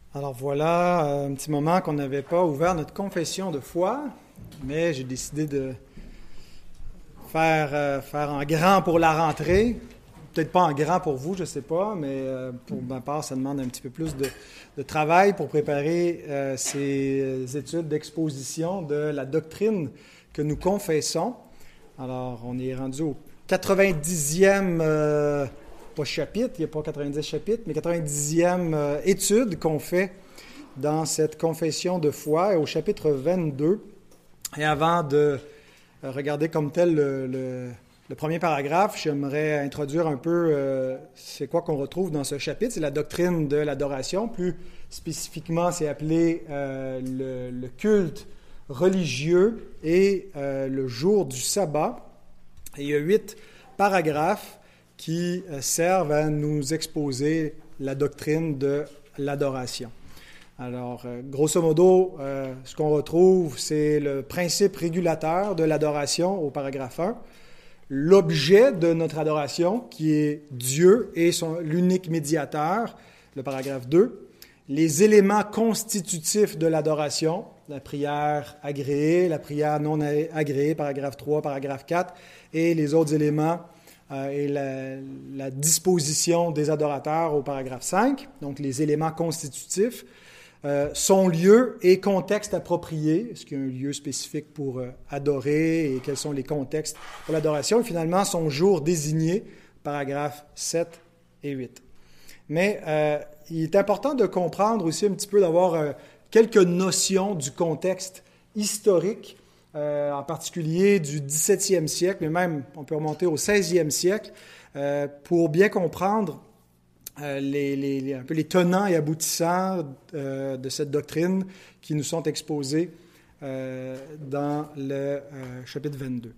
Alors voilà, un petit moment qu'on n'avait pas ouvert notre confession de foi, mais j'ai décidé de faire en grand pour la rentrée. Peut-être pas en grand pour vous, je ne sais pas, mais pour ma part, ça demande un petit peu plus de travail pour préparer ces études d'exposition de la doctrine que nous confessons. Alors, on est rendu au 90e, pas chapitre, il n'y a pas 90 chapitres, mais 90e étude qu'on fait dans cette confession de foi, au chapitre 22. Et avant de regarder comme tel le premier paragraphe, j'aimerais introduire un peu c'est quoi qu'on retrouve dans ce chapitre. C'est la doctrine de l'adoration. Plus spécifiquement, c'est appelé le culte religieux et le jour du sabbat. Et il y a 8 paragraphes qui servent à nous exposer la doctrine de l'adoration. Alors, grosso modo, ce qu'on retrouve, c'est le principe régulateur de l'adoration au paragraphe 1, l'objet de notre adoration, qui est Dieu et l'unique médiateur, le paragraphe 2, les éléments constitutifs de l'adoration, la prière agréée, la prière non agréée, paragraphe 3, paragraphe 4, et les autres éléments et la disposition des adorateurs au paragraphe 5, donc les éléments constitutifs, son lieu et contexte approprié, est-ce qu'il y a un lieu spécifique pour adorer et quels sont les contextes pour l'adoration, et finalement son jour désigné, paragraphes 7 et 8. Mais il est important de comprendre aussi un petit peu, d'avoir quelques notions du contexte historique, en particulier du 17e siècle, mais même on peut remonter au 16e siècle, pour bien comprendre un peu les tenants et aboutissants de cette doctrine qui nous sont exposés dans le chapitre 22.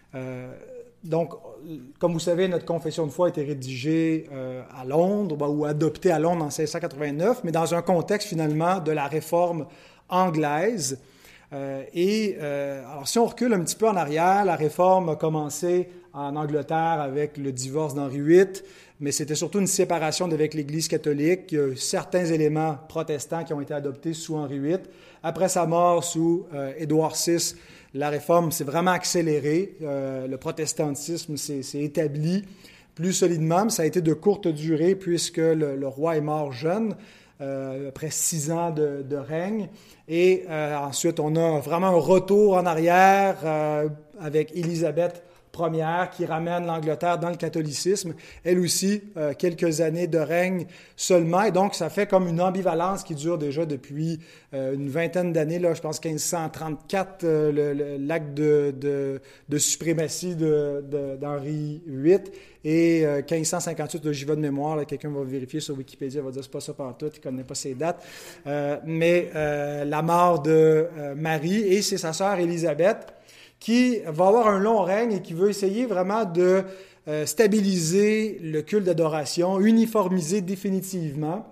Donc, comme vous savez, notre confession de foi a été rédigée à Londres, ou adoptée à Londres en 1689, mais dans un contexte finalement de la réforme anglaise. Alors, si on recule un petit peu en arrière, la réforme a commencé en Angleterre avec le divorce d'Henri VIII, mais c'était surtout une séparation avec l'Église catholique. Il y a certains éléments protestants qui ont été adoptés sous Henri VIII. Après sa mort sous Édouard VI, la réforme s'est vraiment accélérée. Le protestantisme s'est établi plus solidement, mais ça a été de courte durée puisque le roi est mort jeune, après 6 ans de règne. Et ensuite, on a vraiment un retour en arrière avec Élisabeth Ier qui ramène l'Angleterre dans le catholicisme. Elle aussi, quelques années de règne seulement. Et donc, ça fait comme une ambivalence qui dure déjà depuis une vingtaine d'années. Là, je pense 1534, l'acte de suprématie d'Henri VIII. Et 1558, là, j'y vais de mémoire, là, quelqu'un va vérifier sur Wikipédia, va dire c'est pas ça pantoute, il ne connaît pas ces dates. Mais la mort de Marie, et c'est sa sœur Élisabeth, qui va avoir un long règne et qui veut essayer vraiment de stabiliser le culte d'adoration, uniformiser définitivement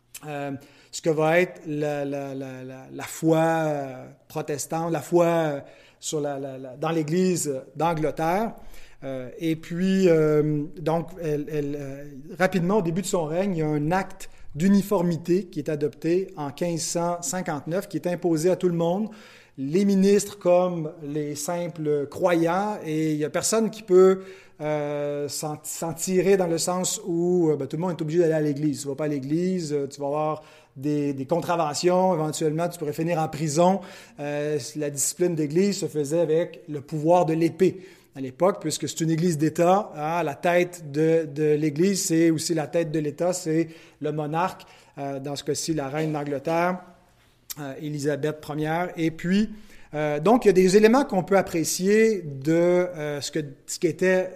ce que va être la foi protestante, la foi dans l'Église d'Angleterre. Et puis, donc, rapidement, au début de son règne, il y a un acte d'uniformité qui est adopté en 1559, qui est imposé à tout le monde, les ministres comme les simples croyants, et il n'y a personne qui peut s'en tirer dans le sens où tout le monde est obligé d'aller à l'église. Tu ne vas pas à l'église, tu vas avoir des contraventions, éventuellement tu pourrais finir en prison. La discipline d'église se faisait avec le pouvoir de l'épée à l'époque, puisque c'est une église d'État. La tête de l'église, c'est aussi la tête de l'État, c'est le monarque, dans ce cas-ci la reine d'Angleterre, Élisabeth Ier. Et puis, donc, il y a des éléments qu'on peut apprécier de ce qu'était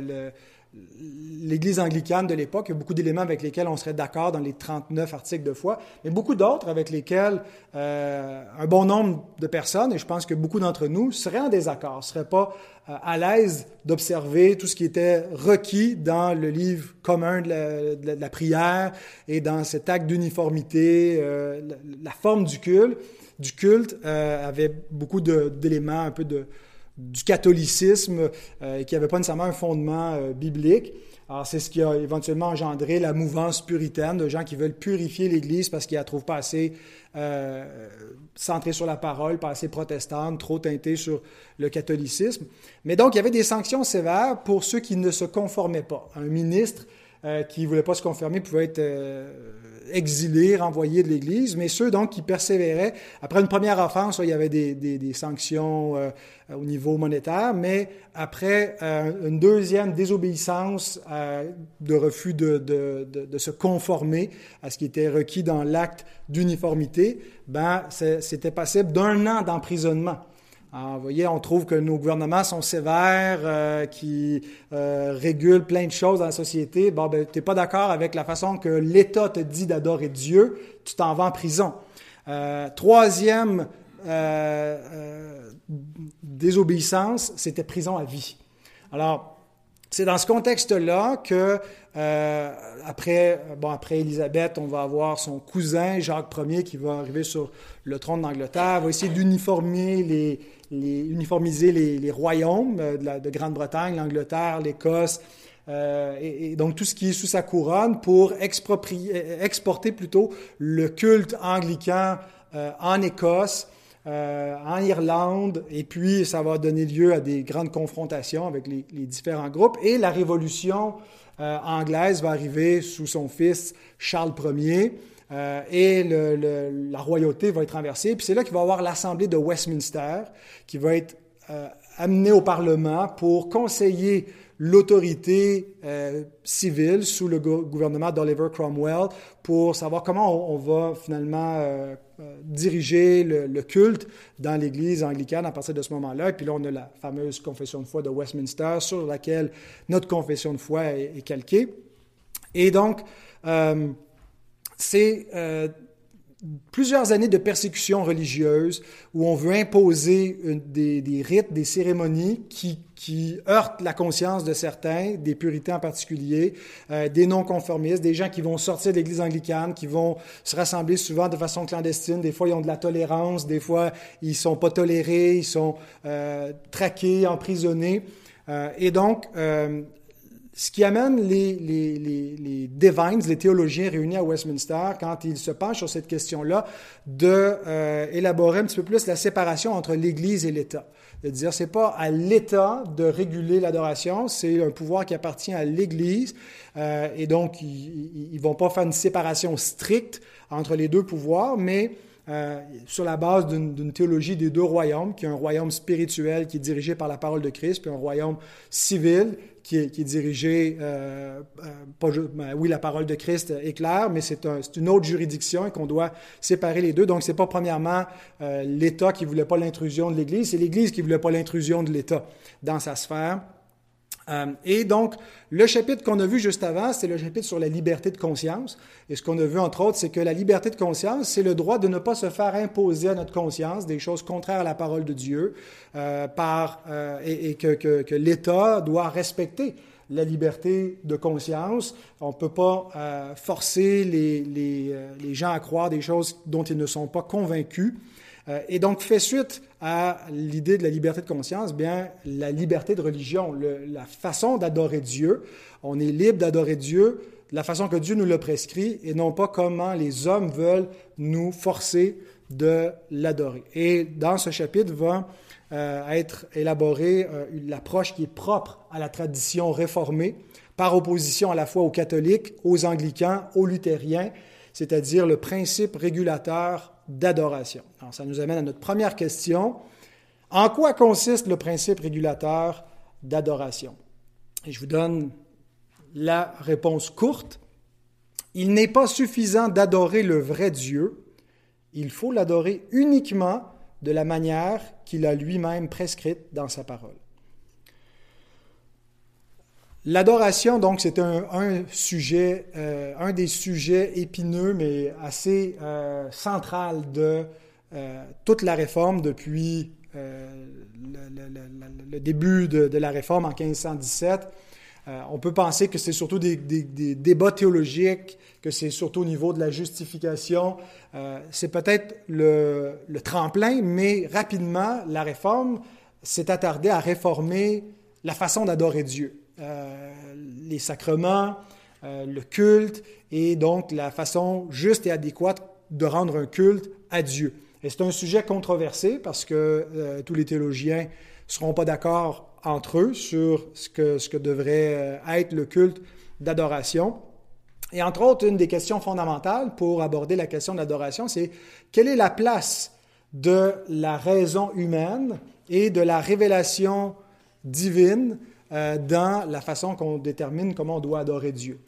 l'Église anglicane de l'époque. Il y a beaucoup d'éléments avec lesquels on serait d'accord dans les 39 articles de foi, mais beaucoup d'autres avec lesquels un bon nombre de personnes, et je pense que beaucoup d'entre nous, seraient en désaccord, ne seraient pas à l'aise d'observer tout ce qui était requis dans le livre commun de la prière et dans cet acte d'uniformité, la forme du culte avait beaucoup d'éléments un peu du catholicisme qui n'avait pas nécessairement un fondement biblique. Alors, c'est ce qui a éventuellement engendré la mouvance puritaine de gens qui veulent purifier l'Église parce qu'ils la trouvent pas assez centrée sur la parole, pas assez protestante, trop teintée sur le catholicisme. Mais donc, il y avait des sanctions sévères pour ceux qui ne se conformaient pas. Un ministre qui ne voulait pas se conformer pouvait être exilé, renvoyé de l'Église, mais ceux donc qui persévéraient, après une première offense, il y avait des sanctions au niveau monétaire, mais après une deuxième désobéissance, de refus de se conformer à ce qui était requis dans l'acte d'uniformité, c'était passible d'1 an d'emprisonnement. Alors, vous voyez, on trouve que nos gouvernements sont sévères, qui régulent plein de choses dans la société. Bon, tu n'es pas d'accord avec la façon que l'État te dit d'adorer Dieu, tu t'en vas en prison. Troisième désobéissance, c'était prison à vie. Alors, c'est dans ce contexte-là que, après Élisabeth, on va avoir son cousin, Jacques Ier, qui va arriver sur le trône d'Angleterre, va essayer d'uniformiser les royaumes de Grande-Bretagne, l'Angleterre, l'Écosse, et donc tout ce qui est sous sa couronne pour exporter plutôt le culte anglican en Écosse, en Irlande, et puis ça va donner lieu à des grandes confrontations avec les différents groupes. Et la Révolution anglaise va arriver sous son fils Charles Ier, et la royauté va être renversée. Puis c'est là qu'il va y avoir l'Assemblée de Westminster qui va être amenée au Parlement pour conseiller l'autorité civile sous le gouvernement d'Oliver Cromwell pour savoir comment on va finalement diriger le culte dans l'Église anglicane à partir de ce moment-là. Et puis là, on a la fameuse confession de foi de Westminster sur laquelle notre confession de foi est calquée. Et donc, c'est plusieurs années de persécution religieuse où on veut imposer des rites, des cérémonies qui heurtent la conscience de certains, des puritains en particulier, des non-conformistes, des gens qui vont sortir de l'Église anglicane, qui vont se rassembler souvent de façon clandestine. Des fois, ils ont de la tolérance, des fois, ils sont pas tolérés, ils sont traqués, emprisonnés. Et donc, ce qui amène les divines, les théologiens réunis à Westminster, quand ils se penchent sur cette question-là, d'élaborer un petit peu plus la séparation entre l'Église et l'État. De dire, c'est pas à l'État de réguler l'adoration, c'est un pouvoir qui appartient à l'Église, et donc ils vont pas faire une séparation stricte entre les deux pouvoirs, mais sur la base d'une théologie des deux royaumes, qui est un royaume spirituel qui est dirigé par la parole de Christ, puis un royaume civil qui est dirigé, oui, la parole de Christ est claire, mais c'est une autre juridiction et qu'on doit séparer les deux. Donc, c'est pas premièrement l'État qui voulait pas l'intrusion de l'Église, c'est l'Église qui voulait pas l'intrusion de l'État dans sa sphère. Et donc, le chapitre qu'on a vu juste avant, c'est le chapitre sur la liberté de conscience. Et ce qu'on a vu, entre autres, c'est que la liberté de conscience, c'est le droit de ne pas se faire imposer à notre conscience des choses contraires à la parole de Dieu, et que l'État doit respecter la liberté de conscience. On ne peut pas forcer les gens à croire des choses dont ils ne sont pas convaincus. Et donc, fait suite à l'idée de la liberté de conscience, bien, la liberté de religion, la façon d'adorer Dieu. On est libre d'adorer Dieu de la façon que Dieu nous l'a prescrit et non pas comment les hommes veulent nous forcer de l'adorer. Et dans ce chapitre va être élaborée l'approche qui est propre à la tradition réformée, par opposition à la fois aux catholiques, aux anglicans, aux luthériens, c'est-à-dire le principe régulateur d'adoration. Alors, ça nous amène à notre première question. En quoi consiste le principe régulateur d'adoration? Et je vous donne la réponse courte. Il n'est pas suffisant d'adorer le vrai Dieu. Il faut l'adorer uniquement de la manière qu'il a lui-même prescrite dans sa parole. L'adoration, donc, c'est un des sujets épineux, mais assez central de toute la Réforme depuis le début de la Réforme en 1517. On peut penser que c'est surtout des débats théologiques, que c'est surtout au niveau de la justification. C'est peut-être le tremplin, mais rapidement, la Réforme s'est attardée à réformer la façon d'adorer Dieu. les sacrements, le culte, et donc la façon juste et adéquate de rendre un culte à Dieu. Et c'est un sujet controversé parce que tous les théologiens ne seront pas d'accord entre eux sur ce que devrait être le culte d'adoration. Et entre autres, une des questions fondamentales pour aborder la question de l'adoration, c'est quelle est la place de la raison humaine et de la révélation divine dans la façon qu'on détermine comment on doit adorer Dieu.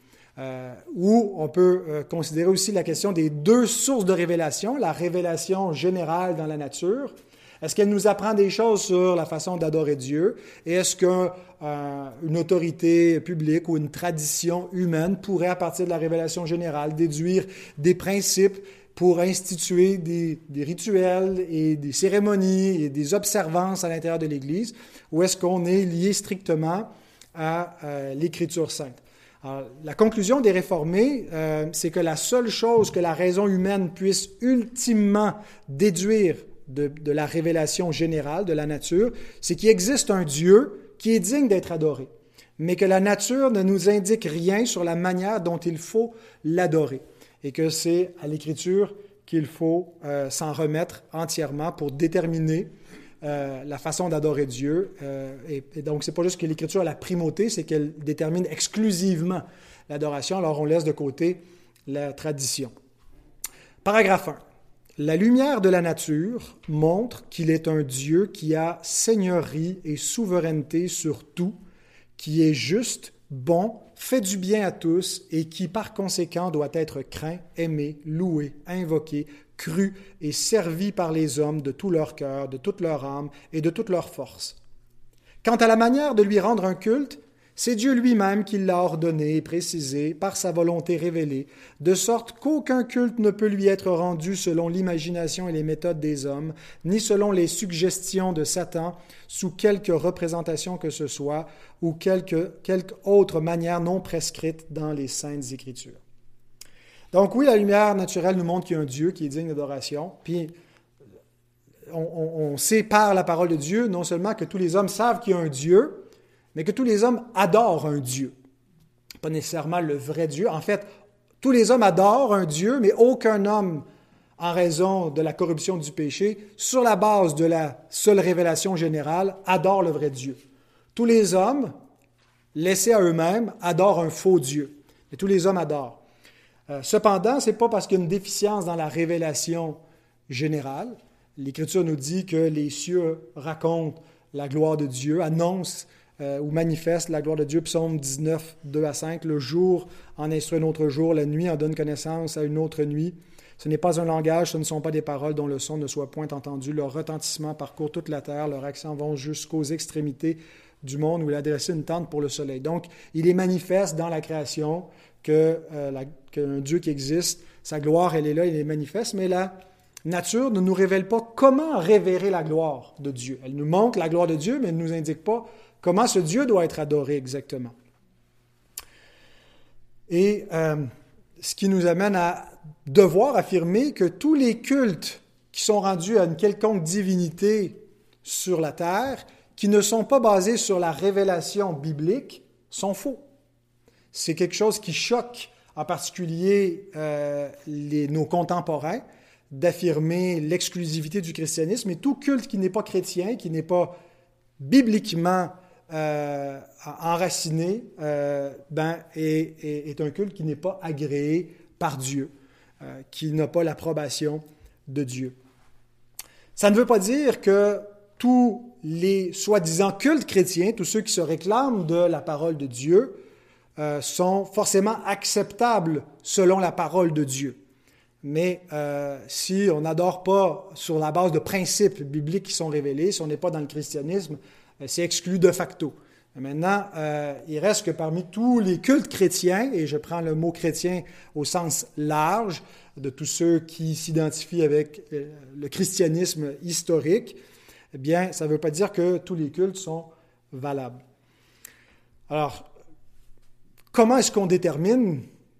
Ou on peut considérer aussi la question des deux sources de révélation, la révélation générale dans la nature. Est-ce qu'elle nous apprend des choses sur la façon d'adorer Dieu? Et est-ce qu'une autorité publique ou une tradition humaine pourrait, à partir de la révélation générale, déduire des principes pour instituer des rituels et des cérémonies et des observances à l'intérieur de l'Église? Ou est-ce qu'on est lié strictement à l'Écriture sainte? Alors, la conclusion des réformés, c'est que la seule chose que la raison humaine puisse ultimement déduire de la révélation générale de la nature, c'est qu'il existe un Dieu qui est digne d'être adoré, mais que la nature ne nous indique rien sur la manière dont il faut l'adorer, et que c'est à l'Écriture qu'il faut s'en remettre entièrement pour déterminer la façon d'adorer Dieu. Et donc, ce n'est pas juste que l'Écriture a la primauté, c'est qu'elle détermine exclusivement l'adoration, alors on laisse de côté la tradition. Paragraphe 1. La lumière de la nature montre qu'il est un Dieu qui a seigneurie et souveraineté sur tout, qui est juste, bon, fait du bien à tous et qui, par conséquent, doit être craint, aimé, loué, invoqué, cru et servi par les hommes de tout leur cœur, de toute leur âme et de toute leur force. Quant à la manière de lui rendre un culte, c'est Dieu lui-même qui l'a ordonné et précisé par sa volonté révélée, de sorte qu'aucun culte ne peut lui être rendu selon l'imagination et les méthodes des hommes, ni selon les suggestions de Satan, sous quelque représentation que ce soit, ou quelque autre manière non prescrite dans les Saintes Écritures. Donc oui, la lumière naturelle nous montre qu'il y a un Dieu qui est digne d'adoration, puis on sait par la parole de Dieu, non seulement que tous les hommes savent qu'il y a un Dieu, mais que tous les hommes adorent un Dieu. Pas nécessairement le vrai Dieu. En fait, tous les hommes adorent un Dieu, mais aucun homme, en raison de la corruption du péché, sur la base de la seule révélation générale, adore le vrai Dieu. Tous les hommes, laissés à eux-mêmes, adorent un faux Dieu. Et tous les hommes adorent. Cependant, ce n'est pas parce qu'il y a une déficience dans la révélation générale. L'Écriture nous dit que les cieux racontent la gloire de Dieu, annoncent ou manifeste la gloire de Dieu. Psaume 19, 2 à 5. Le jour en instruit un autre jour, la nuit en donne connaissance à une autre nuit. Ce n'est pas un langage, ce ne sont pas des paroles dont le son ne soit point entendu. Leur retentissement parcourt toute la terre, leurs accents vont jusqu'aux extrémités du monde où il a dressé une tente pour le soleil. Donc, il est manifeste dans la création qu'un Dieu qui existe, sa gloire, elle est là, elle est manifeste, mais la nature ne nous révèle pas comment révérer la gloire de Dieu. Elle nous montre la gloire de Dieu, mais elle ne nous indique pas comment ce Dieu doit être adoré exactement. Et ce qui nous amène à devoir affirmer que tous les cultes qui sont rendus à une quelconque divinité sur la terre, qui ne sont pas basés sur la révélation biblique, sont faux. C'est quelque chose qui choque en particulier nos contemporains, d'affirmer l'exclusivité du christianisme. Et tout culte qui n'est pas chrétien, qui n'est pas bibliquement enraciné, est un culte qui n'est pas agréé par Dieu, qui n'a pas l'approbation de Dieu. Ça ne veut pas dire que tous les soi-disant cultes chrétiens, tous ceux qui se réclament de la parole de Dieu, sont forcément acceptables selon la parole de Dieu. Mais si on n'adore pas sur la base de principes bibliques qui sont révélés, si on n'est pas dans le christianisme, c'est exclu de facto. Maintenant, il reste que parmi tous les cultes chrétiens, et je prends le mot chrétien au sens large, de tous ceux qui s'identifient avec le christianisme historique, eh bien, ça ne veut pas dire que tous les cultes sont valables. Alors, comment est-ce qu'on détermine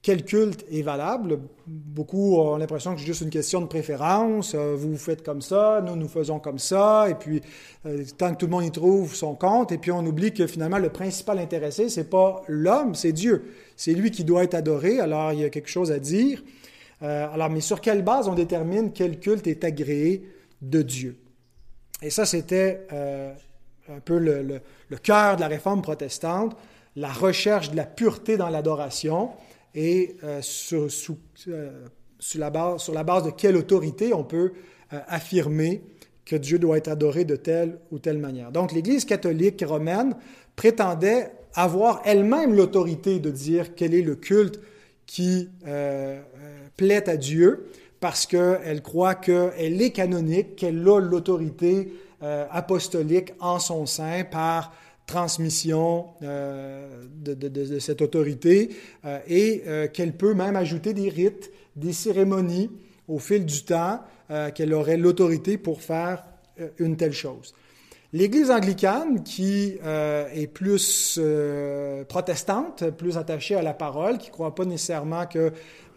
quel culte est valable. Beaucoup ont l'impression que c'est juste une question de préférence. Vous faites comme ça, nous faisons comme ça. Et puis, tant que tout le monde y trouve son compte, et puis on oublie que finalement, le principal intéressé, c'est pas l'homme, c'est Dieu. C'est lui qui doit être adoré. Alors, il y a quelque chose à dire. Mais sur quelle base on détermine quel culte est agréé de Dieu? Et ça, c'était un peu le cœur de la réforme protestante, la recherche de la pureté dans l'adoration. Et sur la base de quelle autorité on peut affirmer que Dieu doit être adoré de telle ou telle manière. Donc, l'Église catholique romaine prétendait avoir elle-même l'autorité de dire quel est le culte qui plaît à Dieu, parce qu'elle croit qu'elle est canonique, qu'elle a l'autorité apostolique en son sein par transmission de cette autorité et qu'elle peut même ajouter des rites, des cérémonies au fil du temps, qu'elle aurait l'autorité pour faire une telle chose. L'Église anglicane, qui est plus protestante, plus attachée à la parole, qui ne croit pas nécessairement que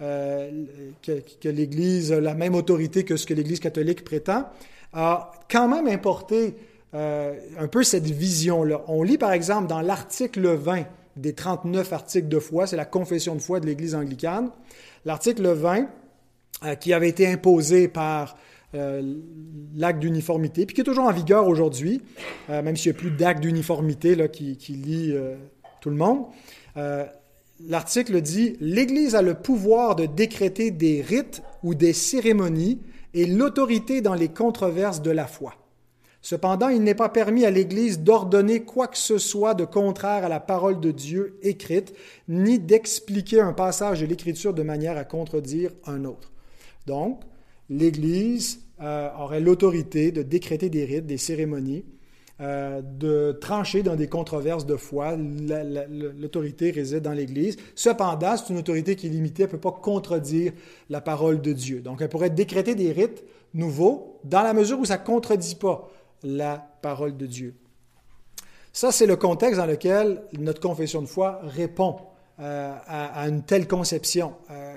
l'Église a la même autorité que ce que l'Église catholique prétend, a quand même importé un peu cette vision-là. On lit par exemple dans l'article 20 des 39 articles de foi, c'est la confession de foi de l'Église anglicane, l'article 20 qui avait été imposé par l'acte d'uniformité, puis qui est toujours en vigueur aujourd'hui, même s'il n'y a plus d'acte d'uniformité là, qui lie tout le monde. L'article dit « L'Église a le pouvoir de décréter des rites ou des cérémonies et l'autorité dans les controverses de la foi. Cependant, il n'est pas permis à l'Église d'ordonner quoi que ce soit de contraire à la parole de Dieu écrite, ni d'expliquer un passage de l'Écriture de manière à contredire un autre. » Donc, l'Église aurait l'autorité de décréter des rites, des cérémonies, de trancher dans des controverses de foi. L'autorité réside dans l'Église. Cependant, c'est une autorité qui est limitée, elle ne peut pas contredire la parole de Dieu. Donc, elle pourrait décréter des rites nouveaux dans la mesure où ça ne contredit pas la parole de Dieu. Ça, c'est le contexte dans lequel notre confession de foi répond à une telle conception.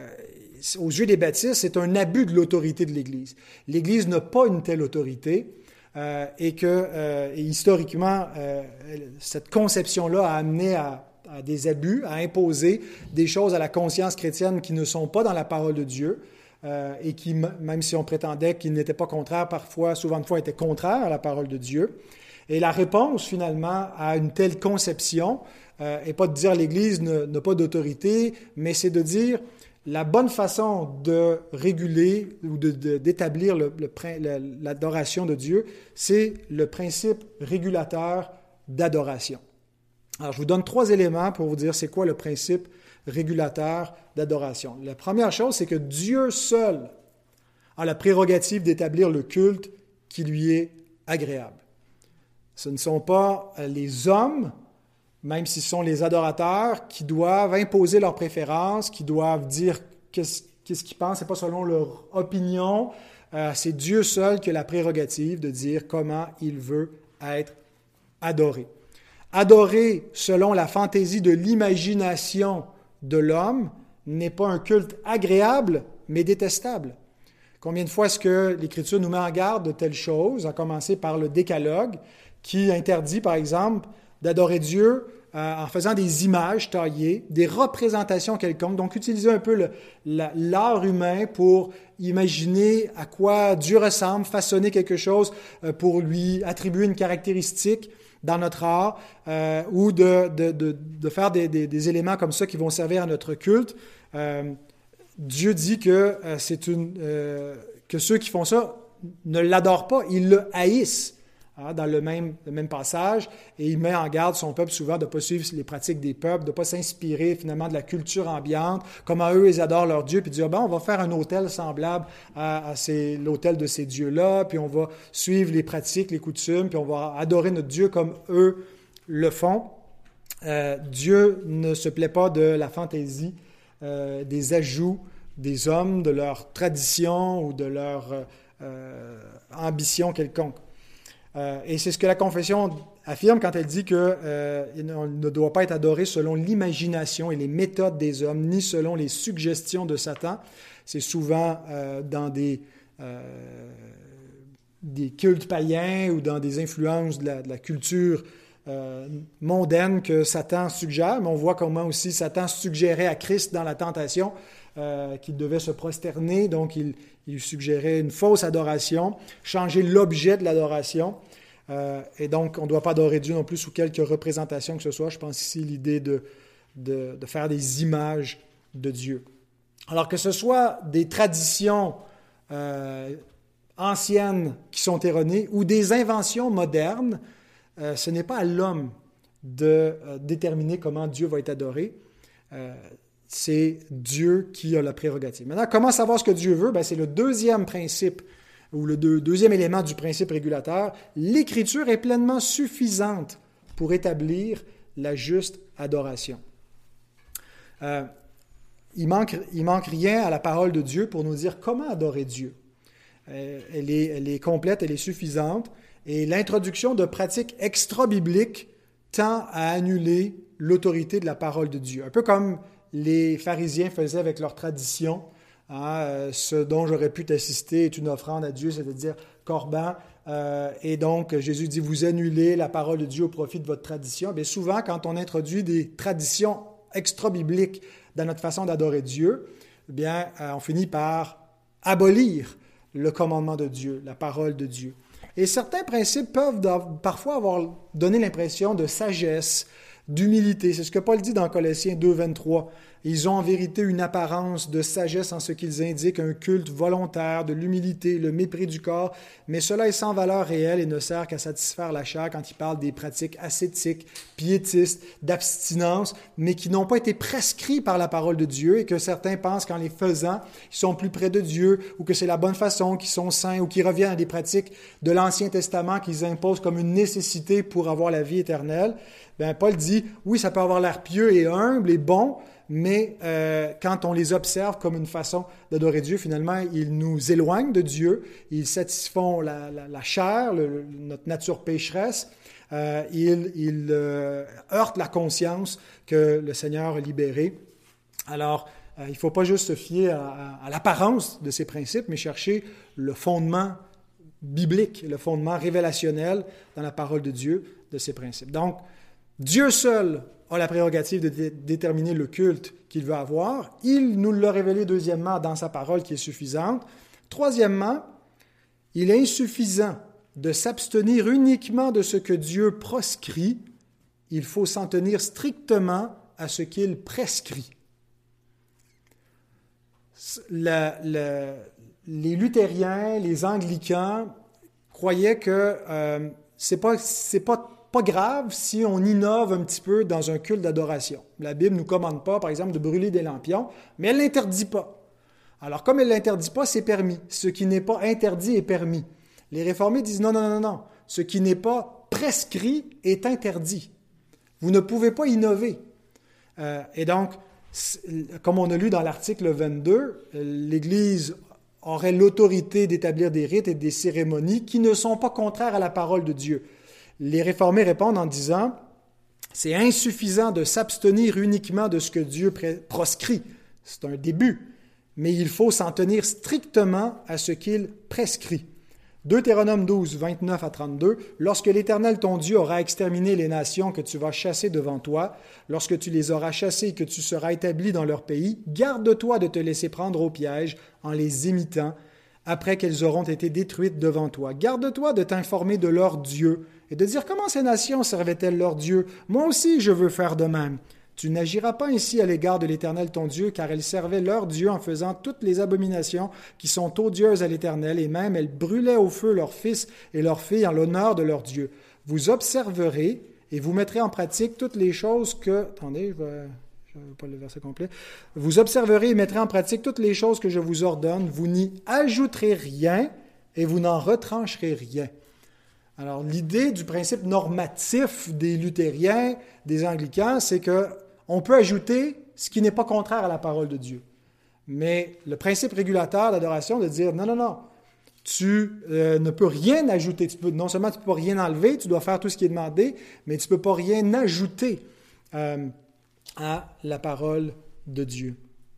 Aux yeux des baptistes, c'est un abus de l'autorité de l'Église. L'Église n'a pas une telle autorité et historiquement, cette conception-là a amené à des abus, à imposer des choses à la conscience chrétienne qui ne sont pas dans la parole de Dieu et qui, même si on prétendait qu'ils n'étaient pas contraires, souvent de fois, étaient contraires à la parole de Dieu. Et la réponse, finalement, à une telle conception n'est pas de dire l'Église n'a pas d'autorité, mais c'est de dire la bonne façon de réguler ou d'établir l'adoration de Dieu, c'est le principe régulateur d'adoration. Alors, je vous donne 3 éléments pour vous dire c'est quoi le principe régulateur d'adoration. La première chose, c'est que Dieu seul a la prérogative d'établir le culte qui lui est agréable. Ce ne sont pas les hommes, même s'ils sont les adorateurs, qui doivent imposer leurs préférences, qui doivent dire qu'est-ce qu'ils pensent, ce n'est pas selon leur opinion. C'est Dieu seul qui a la prérogative de dire comment il veut être adoré. Adorer selon la fantaisie de l'imagination de l'homme n'est pas un culte agréable, mais détestable. Combien de fois est-ce que l'Écriture nous met en garde de telles choses, à commencer par le Décalogue, qui interdit, par exemple, d'adorer Dieu en faisant des images taillées, des représentations quelconques, donc utiliser un peu l'art humain pour imaginer à quoi Dieu ressemble, façonner quelque chose pour lui attribuer une caractéristique dans notre art, ou de faire des éléments comme ça qui vont servir à notre culte. Dieu dit que ceux qui font ça ne l'adorent pas, ils le haïssent. Dans le même passage, et il met en garde son peuple souvent de ne pas suivre les pratiques des peuples, de ne pas s'inspirer finalement de la culture ambiante, comment eux, ils adorent leur Dieu, puis dire, on va faire un autel semblable à l'autel de ces dieux-là, puis on va suivre les pratiques, les coutumes, puis on va adorer notre Dieu comme eux le font. Dieu ne se plaît pas de la fantaisie, des ajouts des hommes, de leur tradition ou de leur ambition quelconque. Et c'est ce que la confession affirme quand elle dit qu'on ne doit pas être adoré selon l'imagination et les méthodes des hommes, ni selon les suggestions de Satan. C'est souvent dans des cultes païens ou dans des influences de la culture mondaine que Satan suggère, mais on voit comment aussi Satan suggérait à Christ dans la tentation qu'il devait se prosterner, donc il suggérait une fausse adoration, changer l'objet de l'adoration, et donc on ne doit pas adorer Dieu non plus sous quelque représentation que ce soit. Je pense ici l'idée de faire des images de Dieu. Alors que ce soit des traditions anciennes qui sont erronées ou des inventions modernes, ce n'est pas à l'homme de déterminer comment Dieu va être adoré. C'est Dieu qui a la prérogative. Maintenant, comment savoir ce que Dieu veut? C'est le deuxième principe ou le deuxième élément du principe régulateur. L'Écriture est pleinement suffisante pour établir la juste adoration. Il manque rien à la parole de Dieu pour nous dire comment adorer Dieu. Elle est complète, elle est suffisante. Et l'introduction de pratiques extra-bibliques tend à annuler l'autorité de la parole de Dieu. Un peu comme les pharisiens faisaient avec leur tradition. Ce dont j'aurais pu t'assister est une offrande à Dieu, c'est-à-dire corban. Et donc, Jésus dit, vous annulez la parole de Dieu au profit de votre tradition. Bien, souvent, quand on introduit des traditions extra-bibliques dans notre façon d'adorer Dieu, bien, on finit par abolir le commandement de Dieu, la parole de Dieu. Et certains principes peuvent parfois avoir donné l'impression de sagesse, d'humilité. C'est ce que Paul dit dans Colossiens 2, 23. Ils ont en vérité une apparence de sagesse en ce qu'ils indiquent un culte volontaire, de l'humilité, le mépris du corps, mais cela est sans valeur réelle et ne sert qu'à satisfaire la chair quand il parle des pratiques ascétiques, piétistes, d'abstinence, mais qui n'ont pas été prescrits par la parole de Dieu et que certains pensent qu'en les faisant, ils sont plus près de Dieu ou que c'est la bonne façon, qu'ils sont saints ou qu'ils reviennent à des pratiques de l'Ancien Testament qu'ils imposent comme une nécessité pour avoir la vie éternelle. Bien, Paul dit, oui, ça peut avoir l'air pieux et humble et bon, mais quand on les observe comme une façon d'adorer Dieu, finalement, ils nous éloignent de Dieu, ils satisfont la chair, notre nature pécheresse, ils heurtent la conscience que le Seigneur a libérée. Alors, il ne faut pas juste se fier à l'apparence de ces principes, mais chercher le fondement biblique, le fondement révélationnel dans la parole de Dieu de ces principes. Donc, Dieu seul a la prérogative de déterminer le culte qu'il veut avoir. Il nous l'a révélé, deuxièmement, dans sa parole qui est suffisante. Troisièmement, il est insuffisant de s'abstenir uniquement de ce que Dieu proscrit. Il faut s'en tenir strictement à ce qu'il prescrit. Les luthériens, les anglicans croyaient que c'est pas grave si on innove un petit peu dans un culte d'adoration. La Bible ne nous commande pas, par exemple, de brûler des lampions, mais elle ne l'interdit pas. Alors, comme elle ne l'interdit pas, c'est permis. Ce qui n'est pas interdit est permis. Les réformés disent non. Ce qui n'est pas prescrit est interdit. Vous ne pouvez pas innover. Et donc, comme on a lu dans l'article 22, l'Église aurait l'autorité d'établir des rites et des cérémonies qui ne sont pas contraires à la parole de Dieu. Les réformés répondent en disant « C'est insuffisant de s'abstenir uniquement de ce que Dieu proscrit. C'est un début, mais il faut s'en tenir strictement à ce qu'il prescrit. » Deutéronome 12, 29 à 32, « Lorsque l'Éternel ton Dieu aura exterminé les nations que tu vas chasser devant toi, lorsque tu les auras chassées et que tu seras établi dans leur pays, garde-toi de te laisser prendre au piège en les imitant, après qu'elles auront été détruites devant toi. Garde-toi de t'informer de leur Dieu et de dire comment ces nations servaient-elles leur Dieu. Moi aussi, je veux faire de même. Tu n'agiras pas ainsi à l'égard de l'Éternel ton Dieu, car elles servaient leur Dieu en faisant toutes les abominations qui sont odieuses à l'Éternel, et même elles brûlaient au feu leurs fils et leurs filles en l'honneur de leur Dieu. Vous observerez et vous mettrez en pratique toutes les choses que... Attendez, je ne pas le verset complet. Vous observerez et mettrez en pratique toutes les choses que je vous ordonne. Vous n'y ajouterez rien et vous n'en retrancherez rien. Alors, l'idée du principe normatif des luthériens, des anglicans, c'est qu'on peut ajouter ce qui n'est pas contraire à la parole de Dieu. Mais le principe régulateur d'adoration de dire non, tu ne peux rien ajouter. Non seulement tu ne peux pas rien enlever, tu dois faire tout ce qui est demandé, mais tu ne peux pas rien ajouter à la parole de Dieu.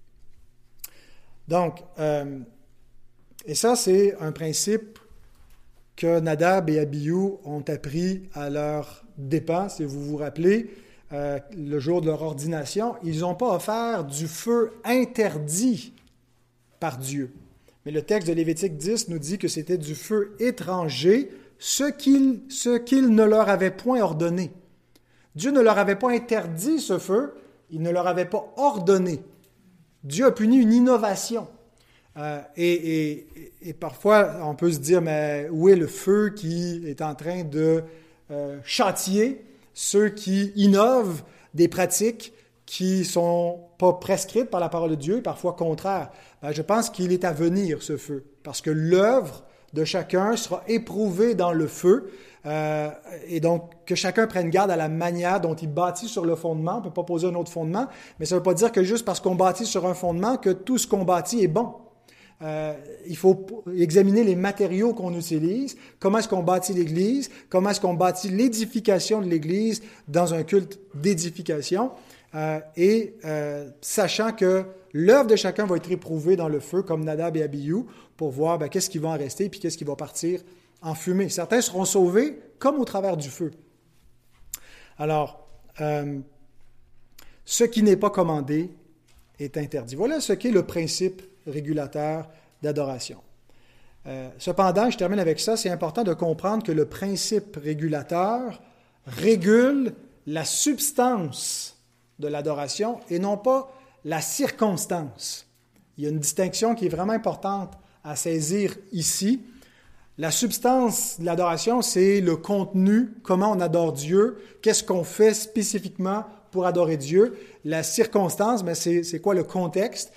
Donc, et ça, c'est un principe que Nadab et Abihu ont appris à leurs dépens. Si vous vous rappelez, le jour de leur ordination, ils n'ont pas offert du feu interdit par Dieu. Mais le texte de Lévitique 10 nous dit que c'était du feu étranger, ce qu'il ne leur avait point ordonné. Dieu ne leur avait pas interdit ce feu, il ne leur avait pas ordonné. Dieu a puni une innovation. Et parfois, on peut se dire, mais où est le feu qui est en train de châtier ceux qui innovent des pratiques qui ne sont pas prescrites par la parole de Dieu, parfois contraires? Je pense qu'il est à venir, ce feu, parce que l'œuvre de chacun sera éprouvée dans le feu, et donc que chacun prenne garde à la manière dont il bâtit sur le fondement. On ne peut pas poser un autre fondement, mais ça ne veut pas dire que juste parce qu'on bâtit sur un fondement, que tout ce qu'on bâtit est bon. Il faut examiner les matériaux qu'on utilise, comment est-ce qu'on bâtit l'Église, comment est-ce qu'on bâtit l'édification de l'Église dans un culte d'édification, sachant que l'œuvre de chacun va être éprouvée dans le feu, comme Nadab et Abihu, pour voir qu'est-ce qui va en rester et qu'est-ce qui va partir en fumée. Certains seront sauvés comme au travers du feu. Alors, ce qui n'est pas commandé est interdit. Voilà ce qu'est le principe régulateur d'adoration. Cependant, je termine avec ça, c'est important de comprendre que le principe régulateur régule la substance de l'adoration et non pas la circonstance. Il y a une distinction qui est vraiment importante à saisir ici. La substance de l'adoration, c'est le contenu, comment on adore Dieu, qu'est-ce qu'on fait spécifiquement pour adorer Dieu. La circonstance, mais c'est quoi le contexte?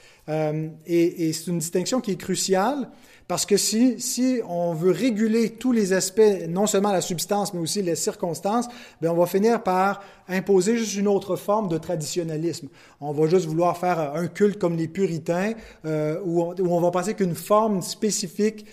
Et c'est une distinction qui est cruciale parce que si on veut réguler tous les aspects, non seulement la substance, mais aussi les circonstances, bien, on va finir par imposer juste une autre forme de traditionnalisme. On va juste vouloir faire un culte comme les puritains, où on va penser qu'une forme spécifique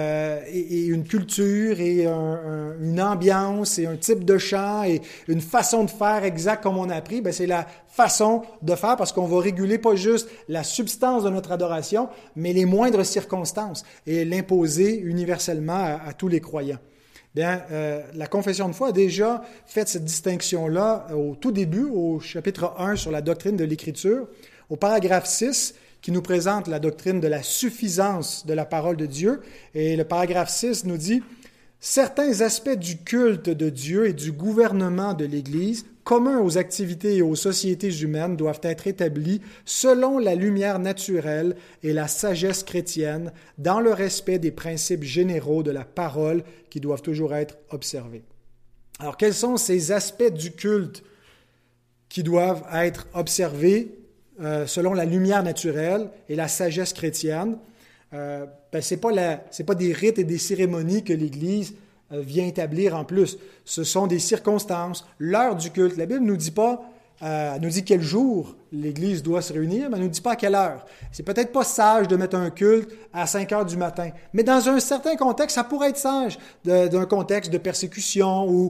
et une culture et une ambiance et un type de chant et une façon de faire exact comme on a appris, bien, c'est la façon de faire parce qu'on va réguler pas juste la substance de notre adoration, mais les moindres circonstances et l'imposer universellement à tous les croyants. Bien, la confession de foi a déjà fait cette distinction-là au tout début, au chapitre 1 sur la doctrine de l'Écriture, au paragraphe 6, qui nous présente la doctrine de la suffisance de la parole de Dieu. Et le paragraphe 6 nous dit « Certains aspects du culte de Dieu et du gouvernement de l'Église, communs aux activités et aux sociétés humaines, doivent être établis selon la lumière naturelle et la sagesse chrétienne, dans le respect des principes généraux de la parole qui doivent toujours être observés. » Alors, quels sont ces aspects du culte qui doivent être observés selon la lumière naturelle et la sagesse chrétienne? Ce n'est pas des rites et des cérémonies que l'Église vient établir en plus. Ce sont des circonstances, l'heure du culte. La Bible ne nous dit pas, elle nous dit quel jour l'Église doit se réunir, mais elle ne nous dit pas à quelle heure. C'est peut-être pas sage de mettre un culte à 5 heures du matin, mais dans un certain contexte, ça pourrait être sage, d'un contexte de persécution ou,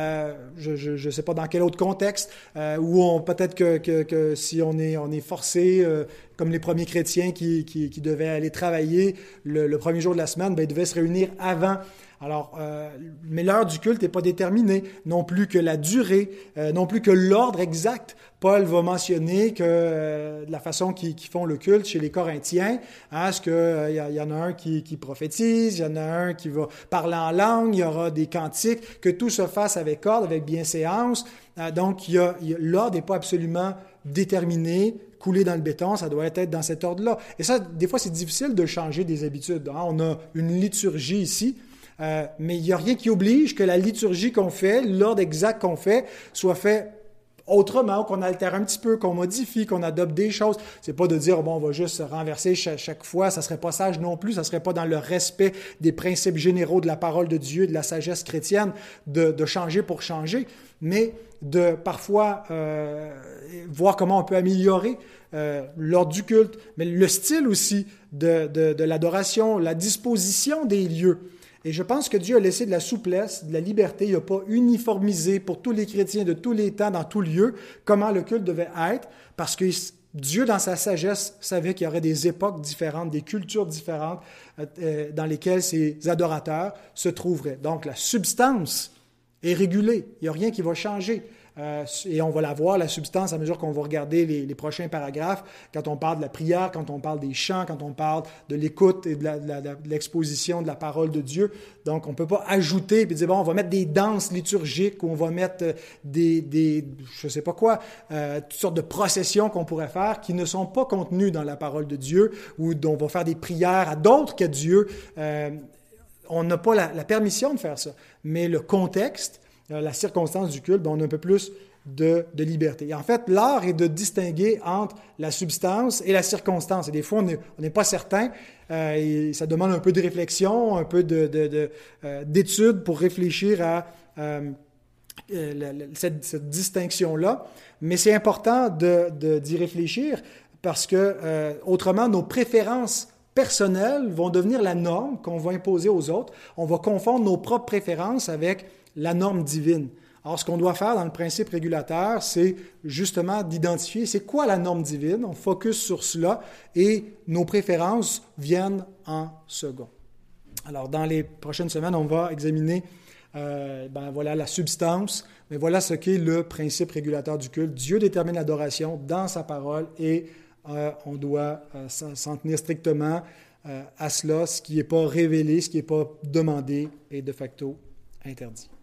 je ne sais pas dans quel autre contexte, où peut-être que si on est forcé, comme les premiers chrétiens qui devaient aller travailler le premier jour de la semaine, bien, ils devaient se réunir avant. Alors, mais l'heure du culte n'est pas déterminée, non plus que la durée, non plus que l'ordre exact. Paul va mentionner que de la façon qu'ils font le culte chez les Corinthiens, est-ce qu'il y en a un qui prophétise, il y en a un qui va parler en langue, il y aura des cantiques, que tout se fasse avec ordre, avec bienséance. Donc, l'ordre n'est pas absolument déterminé, coulé dans le béton, ça doit être dans cet ordre-là. Et ça, des fois, c'est difficile de changer des habitudes. On a une liturgie ici, mais il n'y a rien qui oblige que la liturgie qu'on fait, l'ordre exact qu'on fait, soit fait autrement, qu'on altère un petit peu, qu'on modifie, qu'on adopte des choses. C'est pas de dire, bon, on va juste se renverser chaque fois, ça serait pas sage non plus, ça serait pas dans le respect des principes généraux de la parole de Dieu, de la sagesse chrétienne, de changer pour changer, mais de parfois voir comment on peut améliorer l'ordre du culte, mais le style aussi de l'adoration, la disposition des lieux. Et je pense que Dieu a laissé de la souplesse, de la liberté. Il n'a pas uniformisé pour tous les chrétiens de tous les temps, dans tout lieu, comment le culte devait être, parce que Dieu, dans sa sagesse, savait qu'il y aurait des époques différentes, des cultures différentes dans lesquelles ces adorateurs se trouveraient. Donc, la substance est régulée. Il n'y a rien qui va changer. Et on va la voir, la substance, à mesure qu'on va regarder les prochains paragraphes, quand on parle de la prière, quand on parle des chants, quand on parle de l'écoute et de l'exposition de la parole de Dieu. Donc, on ne peut pas ajouter et dire, bon, on va mettre des danses liturgiques ou on va mettre je ne sais pas quoi, toutes sortes de processions qu'on pourrait faire qui ne sont pas contenues dans la parole de Dieu ou dont on va faire des prières à d'autres qu'à Dieu. On n'a pas la permission de faire ça. Mais le contexte, la circonstance du culte, on a un peu plus de liberté. Et en fait, l'art est de distinguer entre la substance et la circonstance. Et des fois, on n'est pas certain. Et ça demande un peu de réflexion, un peu d'étude pour réfléchir à cette distinction-là. Mais c'est important d'y réfléchir parce que, autrement, nos préférences personnelles vont devenir la norme qu'on va imposer aux autres. On va confondre nos propres préférences avec la norme divine. Alors, ce qu'on doit faire dans le principe régulateur, c'est justement d'identifier c'est quoi la norme divine. On focus sur cela et nos préférences viennent en second. Alors, dans les prochaines semaines, on va examiner voilà la substance, mais voilà ce qu'est le principe régulateur du culte. Dieu détermine l'adoration dans sa parole et on doit s'en tenir strictement à cela. Ce qui n'est pas révélé, ce qui n'est pas demandé est de facto interdit.